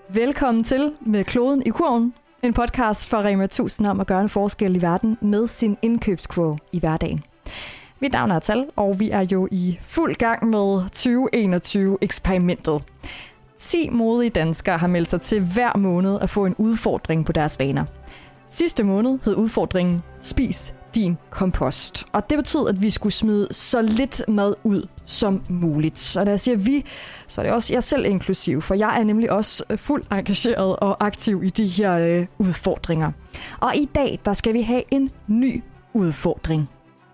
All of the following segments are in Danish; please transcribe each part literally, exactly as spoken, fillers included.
Velkommen til Med Kloden i kurven, en podcast for Rema tusind om at gøre en forskel i verden med sin indkøbskurve i hverdagen. Mit navn er Tal, og vi er jo i fuld gang med tyve enogtyve-eksperimentet. ti modige danskere har meldt sig til hver måned at få en udfordring på deres vaner. Sidste måned hed udfordringen Spis din kompost. Og det betød, at vi skulle smide så lidt mad ud som muligt. Og når jeg siger vi, så er det også jeg selv inklusiv, for jeg er nemlig også fuldt engageret og aktiv i de her øh, udfordringer. Og i dag, der skal vi have en ny udfordring.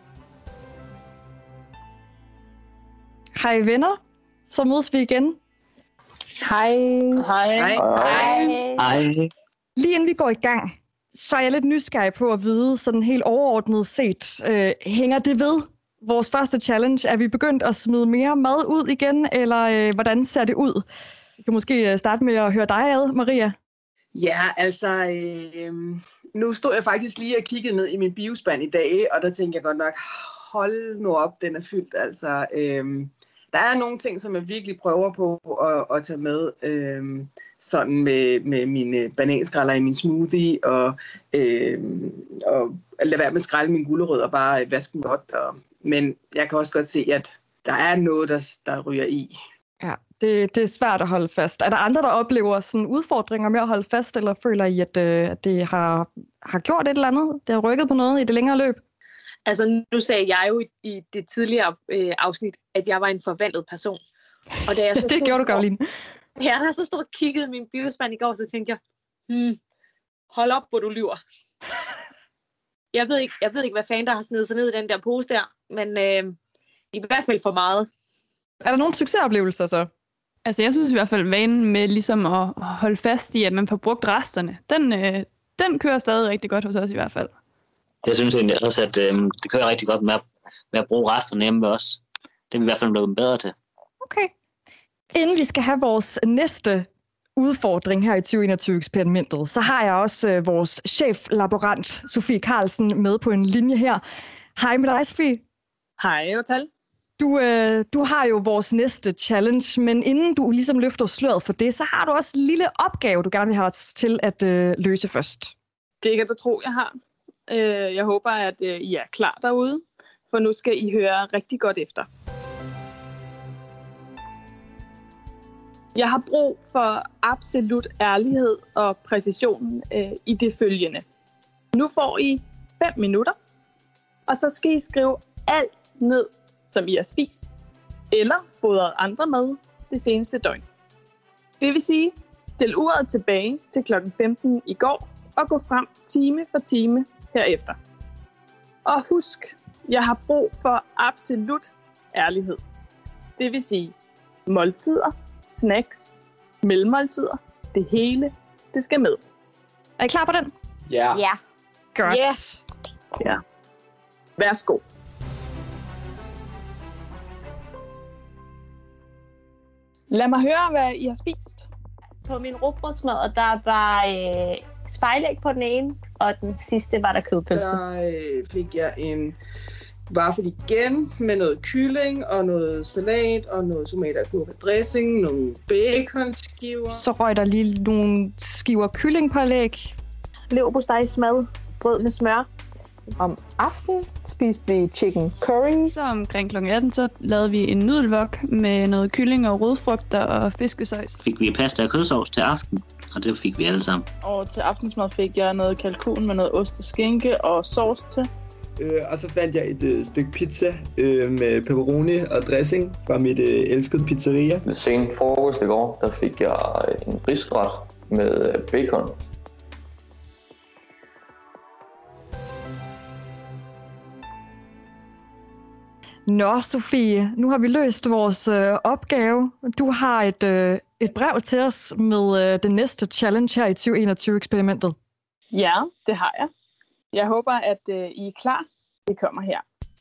Hej venner, så mødes vi igen. Hej. Hej. Hej. Hej. Lige inden vi går i gang, så er jeg lidt nysgerrig på at vide, sådan helt overordnet set, øh, hænger det ved vores første challenge? Er vi begyndt at smide mere mad ud igen, eller øh, hvordan ser det ud? Jeg kan måske starte med at høre dig ad, Maria. Ja, altså, øh, nu stod jeg faktisk lige og kiggede ned i min biospand i dag, og der tænkte jeg godt nok, hold nu op, den er fyldt. Altså, øh, der er nogle ting, som jeg virkelig prøver på at, at tage med, øh, sådan med, med mine bananskræller i min smoothie, og, øh, og lade være med at skrælle mine gulerødder og bare vaske dem godt. Og, men jeg kan også godt se, at der er noget, der, der ryger i. Ja, det, det er svært at holde fast. Er der andre, der oplever sådan udfordringer med at holde fast, eller føler I, at, øh, at det har, har gjort et eller andet? Det har rykket på noget i det længere løb? Altså, nu sagde jeg jo i, i det tidligere øh, afsnit, at jeg var en forvandlet person. Og da jeg så det gjorde du, Karoline. Ja, da jeg så stod og kiggede min biospand i går, så tænkte jeg, hmm, hold op, hvor du lyver. Jeg ved ikke, jeg ved ikke hvad fanden der har snedet sig ned i den der pose der, men øh, i hvert fald for meget. Er der nogle succesoplevelser så? Altså jeg synes i hvert fald, vanen med ligesom at holde fast i, at man får brugt resterne, den, øh, den kører stadig rigtig godt hos os i hvert fald. Jeg synes egentlig også, at øh, det kører rigtig godt med at, med at bruge resterne hjemme med os. Det er vi i hvert fald blevet bedre til. Okay. Inden vi skal have vores næste udfordring her i tyve enogtyve-eksperimentet, så har jeg også øh, vores cheflaborant, Sofie Carlsen, med på en linje her. Hej med dig, Sofie. Hej, Tal. Du, øh, du har jo vores næste challenge, men inden du ligesom løfter sløret for det, så har du også en lille opgave, du gerne vil have os til at øh, løse først. Det kan du tro, jeg har. Øh, jeg håber, at øh, I er klar derude, for nu skal I høre rigtig godt efter. Jeg har brug for absolut ærlighed og præcision øh, i det følgende. Nu får I fem minutter, og så skal I skrive alt ned, som I har spist, eller fodret andre med det seneste døgn. Det vil sige, stil uret tilbage til klokken femten i går, og gå frem time for time herefter. Og husk, jeg har brug for absolut ærlighed. Det vil sige måltider, snacks, mellemmåltider, det hele, det skal med. Er I klar på den? Ja. Ja. Godt. Yes. Ja. Værsgo. Lad mig høre, hvad I har spist. På min rugbrødsmad, der var øh, spejlæg på den ene, og den sidste var der kødpølse. Der øh, fik jeg en vaffel igen med noget kylling og noget salat og noget tomat og gurke dressing, nogle baconskiver. Så røg der lige nogle skiver kyllingpålæg. Leverpostejsmad, brød med smør. Om aftenen spiste vi chicken curry. Så omkring klokken atten, så lavede vi en nudelwok med noget kylling og rødfrugter og fiskesøjs. Fik vi pasta og kødsovs til aften, og det fik vi alle sammen. Og til aftensmad fik jeg noget kalkun med noget ost og skinke og sovs til. Øh, og så fandt jeg et øh, stykke pizza øh, med pepperoni og dressing fra mit øh, elskede pizzeria. Ved sen frokost i går, der fik jeg en risret med øh, bacon. Nå, Sofie, nu har vi løst vores øh, opgave. Du har et, øh, et brev til os med øh, den næste challenge her i tyve enogtyve-eksperimentet. Ja, det har jeg. Jeg håber, at øh, I er klar. Det kommer her.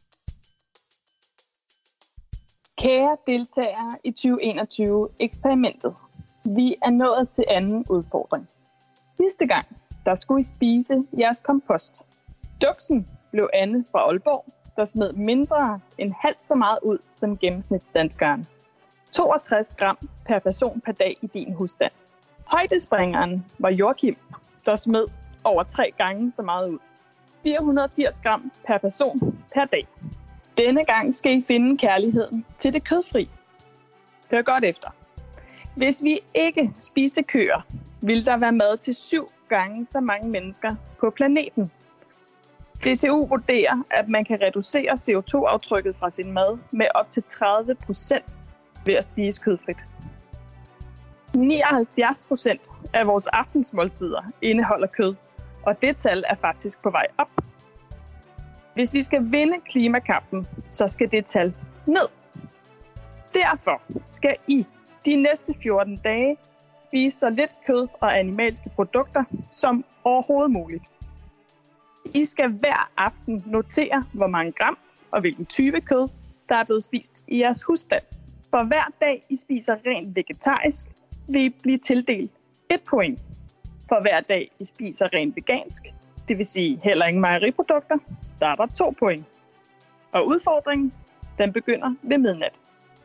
Kære deltagere i tyve enogtyve-eksperimentet. Vi er nået til anden udfordring. Sidste gang, der skulle I spise jeres kompost. Duksen blev Anne fra Aalborg, der smed mindre end halvt så meget ud som gennemsnitsdanskeren. toogtres gram per person per dag i din husstand. Højdespringeren var Joachim, der smed over tre gange så meget ud. fire hundrede og firs gram per person per dag. Denne gang skal I finde kærligheden til det kødfri. Hør godt efter. Hvis vi ikke spiste køer, ville der være mad til syv gange så mange mennesker på planeten. D T U vurderer, at man kan reducere C O to aftrykket fra sin mad med op til tredive procent ved at spise kødfrit. nioghalvfjerds procent af vores aftensmåltider indeholder kød, og det tal er faktisk på vej op. Hvis vi skal vinde klimakampen, så skal det tal ned. Derfor skal I de næste fjorten dage spise så lidt kød og animalske produkter som overhovedet muligt. I skal hver aften notere, hvor mange gram og hvilken type kød, der er blevet spist i jeres husstand. For hver dag I spiser rent vegetarisk, vil I blive tildelt et point. For hver dag I spiser rent vegansk, det vil sige heller ingen mejeriprodukter, der er der to point. Og udfordringen, den begynder ved midnat.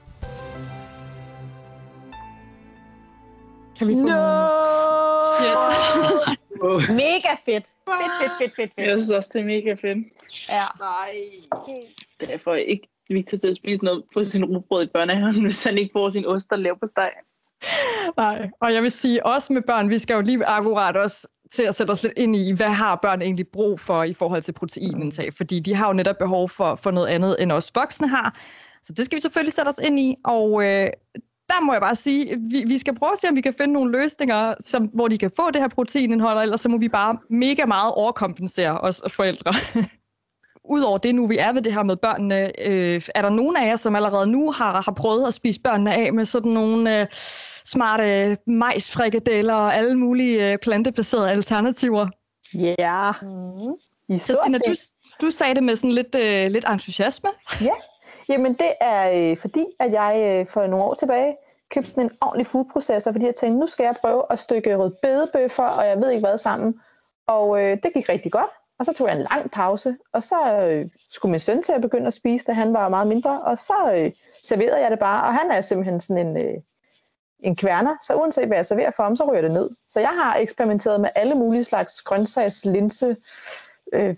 Kan vi få No! Shit. Mega fedt. Fedt, fedt, fedt, fedt, fedt. Jeg synes også, det er mega fedt. Ja. Nej. Derfor er ikke Victor til at spise noget på sin rugbrød i børnehaven, hvis han ikke får sin ost og lav på steg. Nej, og jeg vil sige, også med børn, vi skal jo lige akkurat også til at sætte os lidt ind i, hvad har børn egentlig brug for i forhold til proteinindtag, fordi de har jo netop behov for, for noget andet, end os voksne har. Så det skal vi selvfølgelig sætte os ind i, og øh, der må jeg bare sige, vi, vi skal prøve at se, om vi kan finde nogle løsninger, som, hvor de kan få det her proteinindhold, og ellers så må vi bare mega meget overkompensere os forældre. Udover det nu, vi er ved det her med børnene, øh, er der nogen af jer, som allerede nu har, har prøvet at spise børnene af med sådan nogle øh, smarte majsfrikadeller og alle mulige øh, plantebaserede alternativer? Ja. Yeah. Mm. Christina, du, du sagde det med sådan lidt, øh, lidt entusiasme. Ja, jamen det er øh, fordi, at jeg øh, for nogle år tilbage købte sådan en ordentlig foodprocessor, fordi jeg tænkte, nu skal jeg prøve at stykke rødbedebøffer, og jeg ved ikke hvad sammen. Og øh, det gik rigtig godt. Og så tog jeg en lang pause, og så øh, skulle min søn til at begynde at spise, da han var meget mindre, og så øh, serverede jeg det bare, og han er simpelthen sådan en, øh, en kværner, så uanset hvad jeg serverer for ham, så ryger det ned. Så jeg har eksperimenteret med alle mulige slags grøntsags, linse, øh,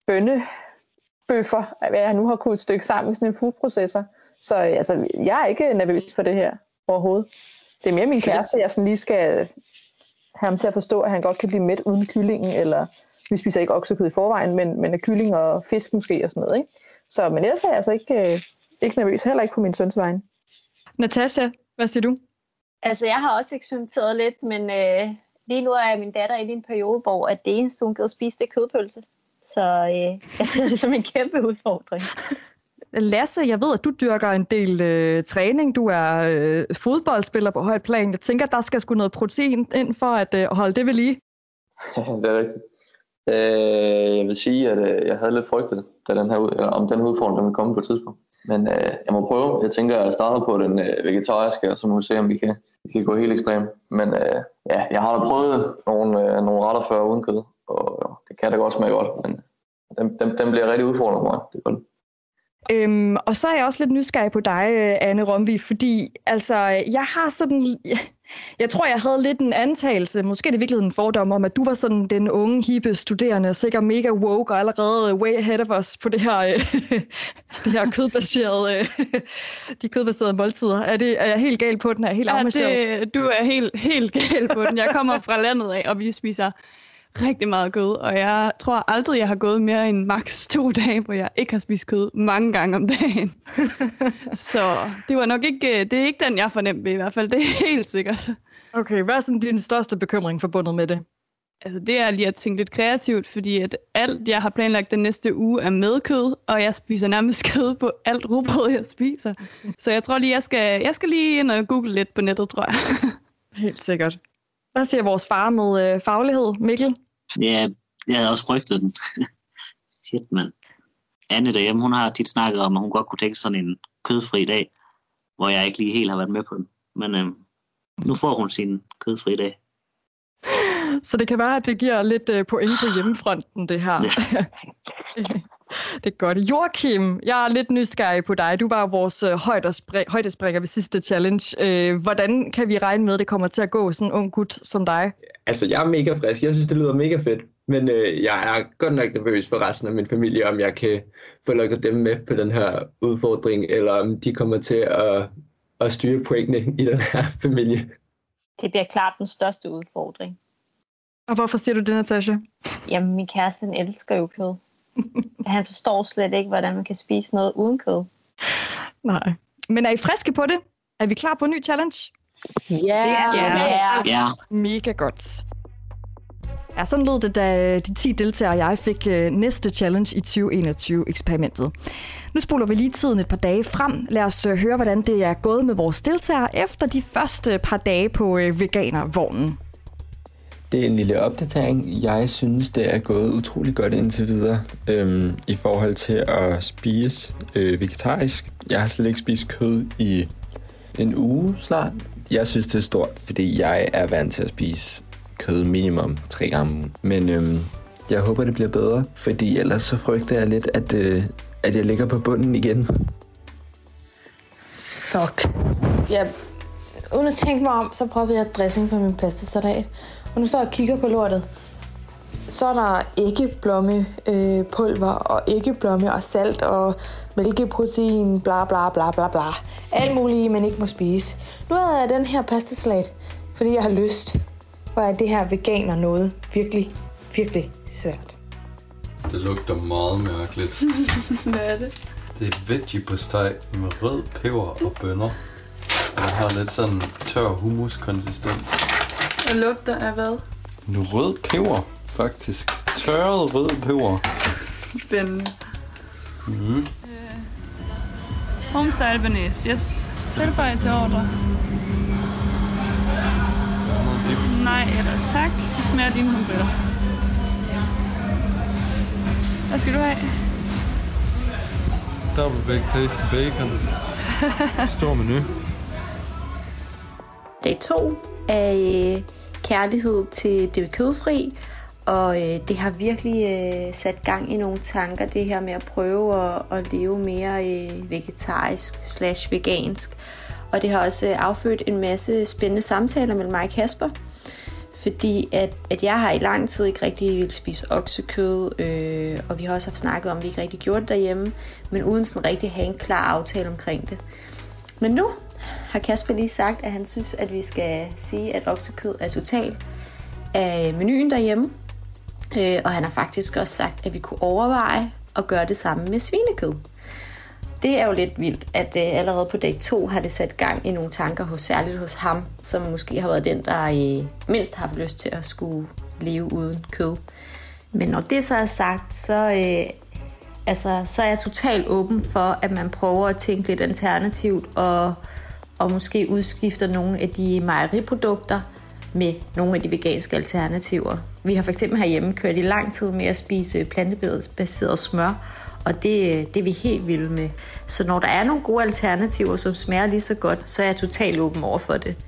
bønnebøffer, hvad jeg nu har kunnet stykke sammen i sådan en foodprocessor. Så øh, altså, jeg er ikke nervøs for det her overhovedet. Det er mere min kæreste, jeg sådan lige skal have ham til at forstå, at han godt kan blive mæt uden kyllingen, eller vi spiser ikke oksekød i forvejen, men, men kylling og fisk måske og sådan noget, ikke? Så, men ellers er jeg altså ikke, øh, ikke nervøs, heller ikke på min søns vegne. Natasha, hvad siger du? Altså, jeg har også eksperimenteret lidt, men øh, lige nu er min datter inde i en periode, hvor at det eneste, hun gider spise, det er kødpølse. Så øh, jeg ser det som en kæmpe udfordring. Lasse, jeg ved, at du dyrker en del øh, træning. Du er øh, fodboldspiller på højt plan. Jeg tænker, der skal sgu noget protein ind for at øh, holde det ved lige. Det er rigtigt. Øh, jeg vil sige, at øh, jeg havde lidt frygtet, da den her, eller, om den udfordring ville komme på et tidspunkt. Men øh, jeg må prøve. Jeg tænker, at jeg starter på den øh, vegetariske, og så må vi se, om vi kan, vi kan gå helt ekstremt. Men øh, ja, jeg har da prøvet nogle, øh, nogle retter før uden kød, og det kan da godt smage godt, men den, den, den bliver rigtig udfordret for mig. Det er godt. Øhm, og så er jeg også lidt nysgerrig på dig, Anne Romvi, fordi altså, jeg har sådan, jeg, jeg tror, jeg havde lidt en antagelse, måske er det virkelig en fordom om, at du var sådan den unge, hippe studerende, sikkert mega woke og allerede way ahead of us på det her, øh, det her kødbaserede, øh, de kødbaserede måltider. Er, det, er jeg helt gal på den? Er jeg helt ja, det, du er helt, helt gal på den. Jeg kommer fra landet af, og vi spiser rigtig meget kød, og jeg tror aldrig, jeg har gået mere end maks to dage, hvor jeg ikke har spist kød mange gange om dagen. Så det var nok ikke, det er ikke den, jeg fornemte i hvert fald, det er helt sikkert. Okay, hvad er sådan din største bekymring forbundet med det? Altså det er lige at tænke lidt kreativt, fordi at alt, jeg har planlagt den næste uge, er med kød, og jeg spiser nærmest kød på alt rugbrød, jeg spiser. Så jeg tror lige, jeg skal, jeg skal lige ind og google lidt på nettet, tror jeg. Helt sikkert. Hvad siger vores far med øh, faglighed, Mikkel? Ja, jeg havde også frygtet den. Shit, mand. Anne derhjemme, hun har tit snakket om, at hun godt kunne tænke sådan en kødfri dag, hvor jeg ikke lige helt har været med på den. Men øh, nu får hun sin kødfri dag. Så det kan være, at det giver lidt uh, point på hjemmefronten, det her. Det er godt. Joachim, jeg er lidt nysgerrig på dig. Du var vores uh, højdespringer ved sidste challenge. Uh, hvordan kan vi regne med, at det kommer til at gå, sådan en ung gut som dig? Altså, jeg er mega frisk. Jeg synes, det lyder mega fedt. Men øh, jeg er godt nok nervøs for resten af min familie, om jeg kan få lukket dem med på den her udfordring, eller om de kommer til at, at styre pointene i den her familie. Det bliver klart den største udfordring. Og hvorfor siger du det, Natasha? Jamen, min kæreste, han elsker jo kød. Han forstår slet ikke, hvordan man kan spise noget uden kød. Nej. Men er I friske på det? Er vi klar på en ny challenge? Ja, Ja. Ja. Mega godt. Ja, sådan lød det, da de ti deltagere og jeg fik øh, næste challenge i tyve enogtyve-eksperimentet. Nu spoler vi lige tiden et par dage frem. Lad os øh, høre, hvordan det er gået med vores deltagere efter de første par dage på øh, veganervognen. Det er en lille opdatering. Jeg synes, det er gået utrolig godt indtil videre øhm, i forhold til at spise øh, vegetarisk. Jeg har slet ikke spist kød i en uge snart. Jeg synes, det er stort, fordi jeg er vant til at spise kød minimum tre gange om ugen. Men øhm, jeg håber, det bliver bedre, fordi ellers så frygter jeg lidt, at, øh, at jeg ligger på bunden igen. Fuck. Jeg, uden at tænke mig om, så prøver jeg dressing på min pastasalat. Og nu står jeg og kigger på lortet. Så er der æggeblommepulver øh, pulver og æggeblomme og salt og mælkeprotein, bla bla bla bla bla. Alt muligt, man ikke må spise. Nu har jeg den her pastasalat, fordi jeg har lyst. Hvor er det her veganer noget virkelig, virkelig svært. Det lugter meget mærkeligt. Hvad er det? Det er et veggie-postej med rød peber og bønner. Og det har lidt sådan tør humuskonsistens. Det lugter af hvad? Rød peber, faktisk. Tørret rød peber. Spændende. Mm. Uh, homestyle bearnaise, yes. Tilføj til ordre. Nej, ellers tak. Det smager dine pomfritter. Hvad skal du have? Double baked tasty bacon. Stor menu. Dag to er kærlighed til det kødfri, og øh, det har virkelig øh, sat gang i nogle tanker, det her med at prøve at, at leve mere øh, vegetarisk slash vegansk. Og det har også øh, affødt en masse spændende samtaler mellem mig og Kasper, fordi at, at jeg har i lang tid ikke rigtig ville spise oksekød, øh, og vi har også haft snakket om, at vi ikke rigtig gjorde det derhjemme, men uden sådan rigtig have en klar aftale omkring det. Men nu har Kasper lige sagt, at han synes, at vi skal sige, at oksekød er totalt af menuen derhjemme. Øh, og han har faktisk også sagt, at vi kunne overveje at gøre det samme med svinekød. Det er jo lidt vildt, at øh, allerede på dag to har det sat gang i nogle tanker, hos, særligt hos ham, som måske har været den, der øh, mindst har haft lyst til at skulle leve uden kød. Men når det så er sagt, så, øh, altså, så er jeg totalt åben for, at man prøver at tænke lidt alternativt, og, og måske udskifter nogle af de mejeriprodukter med nogle af de veganske alternativer. Vi har for eksempel herhjemme kørt i lang tid med at spise plantebaseret smør, og det, det er vi helt vilde med. Så når der er nogle gode alternativer, som smager lige så godt, så er jeg totalt åben over for det.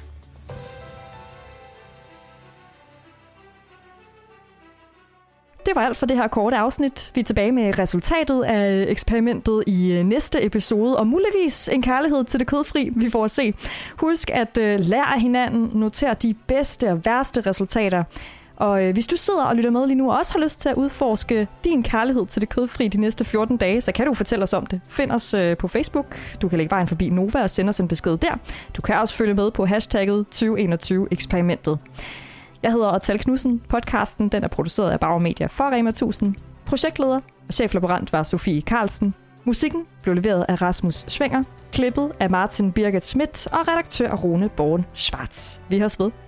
Det var alt for det her korte afsnit. Vi er tilbage med resultatet af eksperimentet i næste episode, og muligvis en kærlighed til det kødfri, vi får at se. Husk at uh, lære af hinanden, notere de bedste og værste resultater. Og øh, hvis du sidder og lytter med lige nu og også har lyst til at udforske din kærlighed til det kødfri de næste fjorten dage, så kan du fortælle os om det. Find os øh, på Facebook. Du kan lægge vejen forbi Nova og sende os en besked der. Du kan også følge med på hashtagget tyve enogtyve eksperimentet. Jeg hedder Otal Knudsen. Podcasten den er produceret af Bauer Media for Rema tusind. Projektleder og cheflaborant var Sofie Carlsen. Musikken blev leveret af Rasmus Schwenger. Klippet af Martin Birgit Schmidt og redaktør Rune Born Schwartz. Vi høres ved.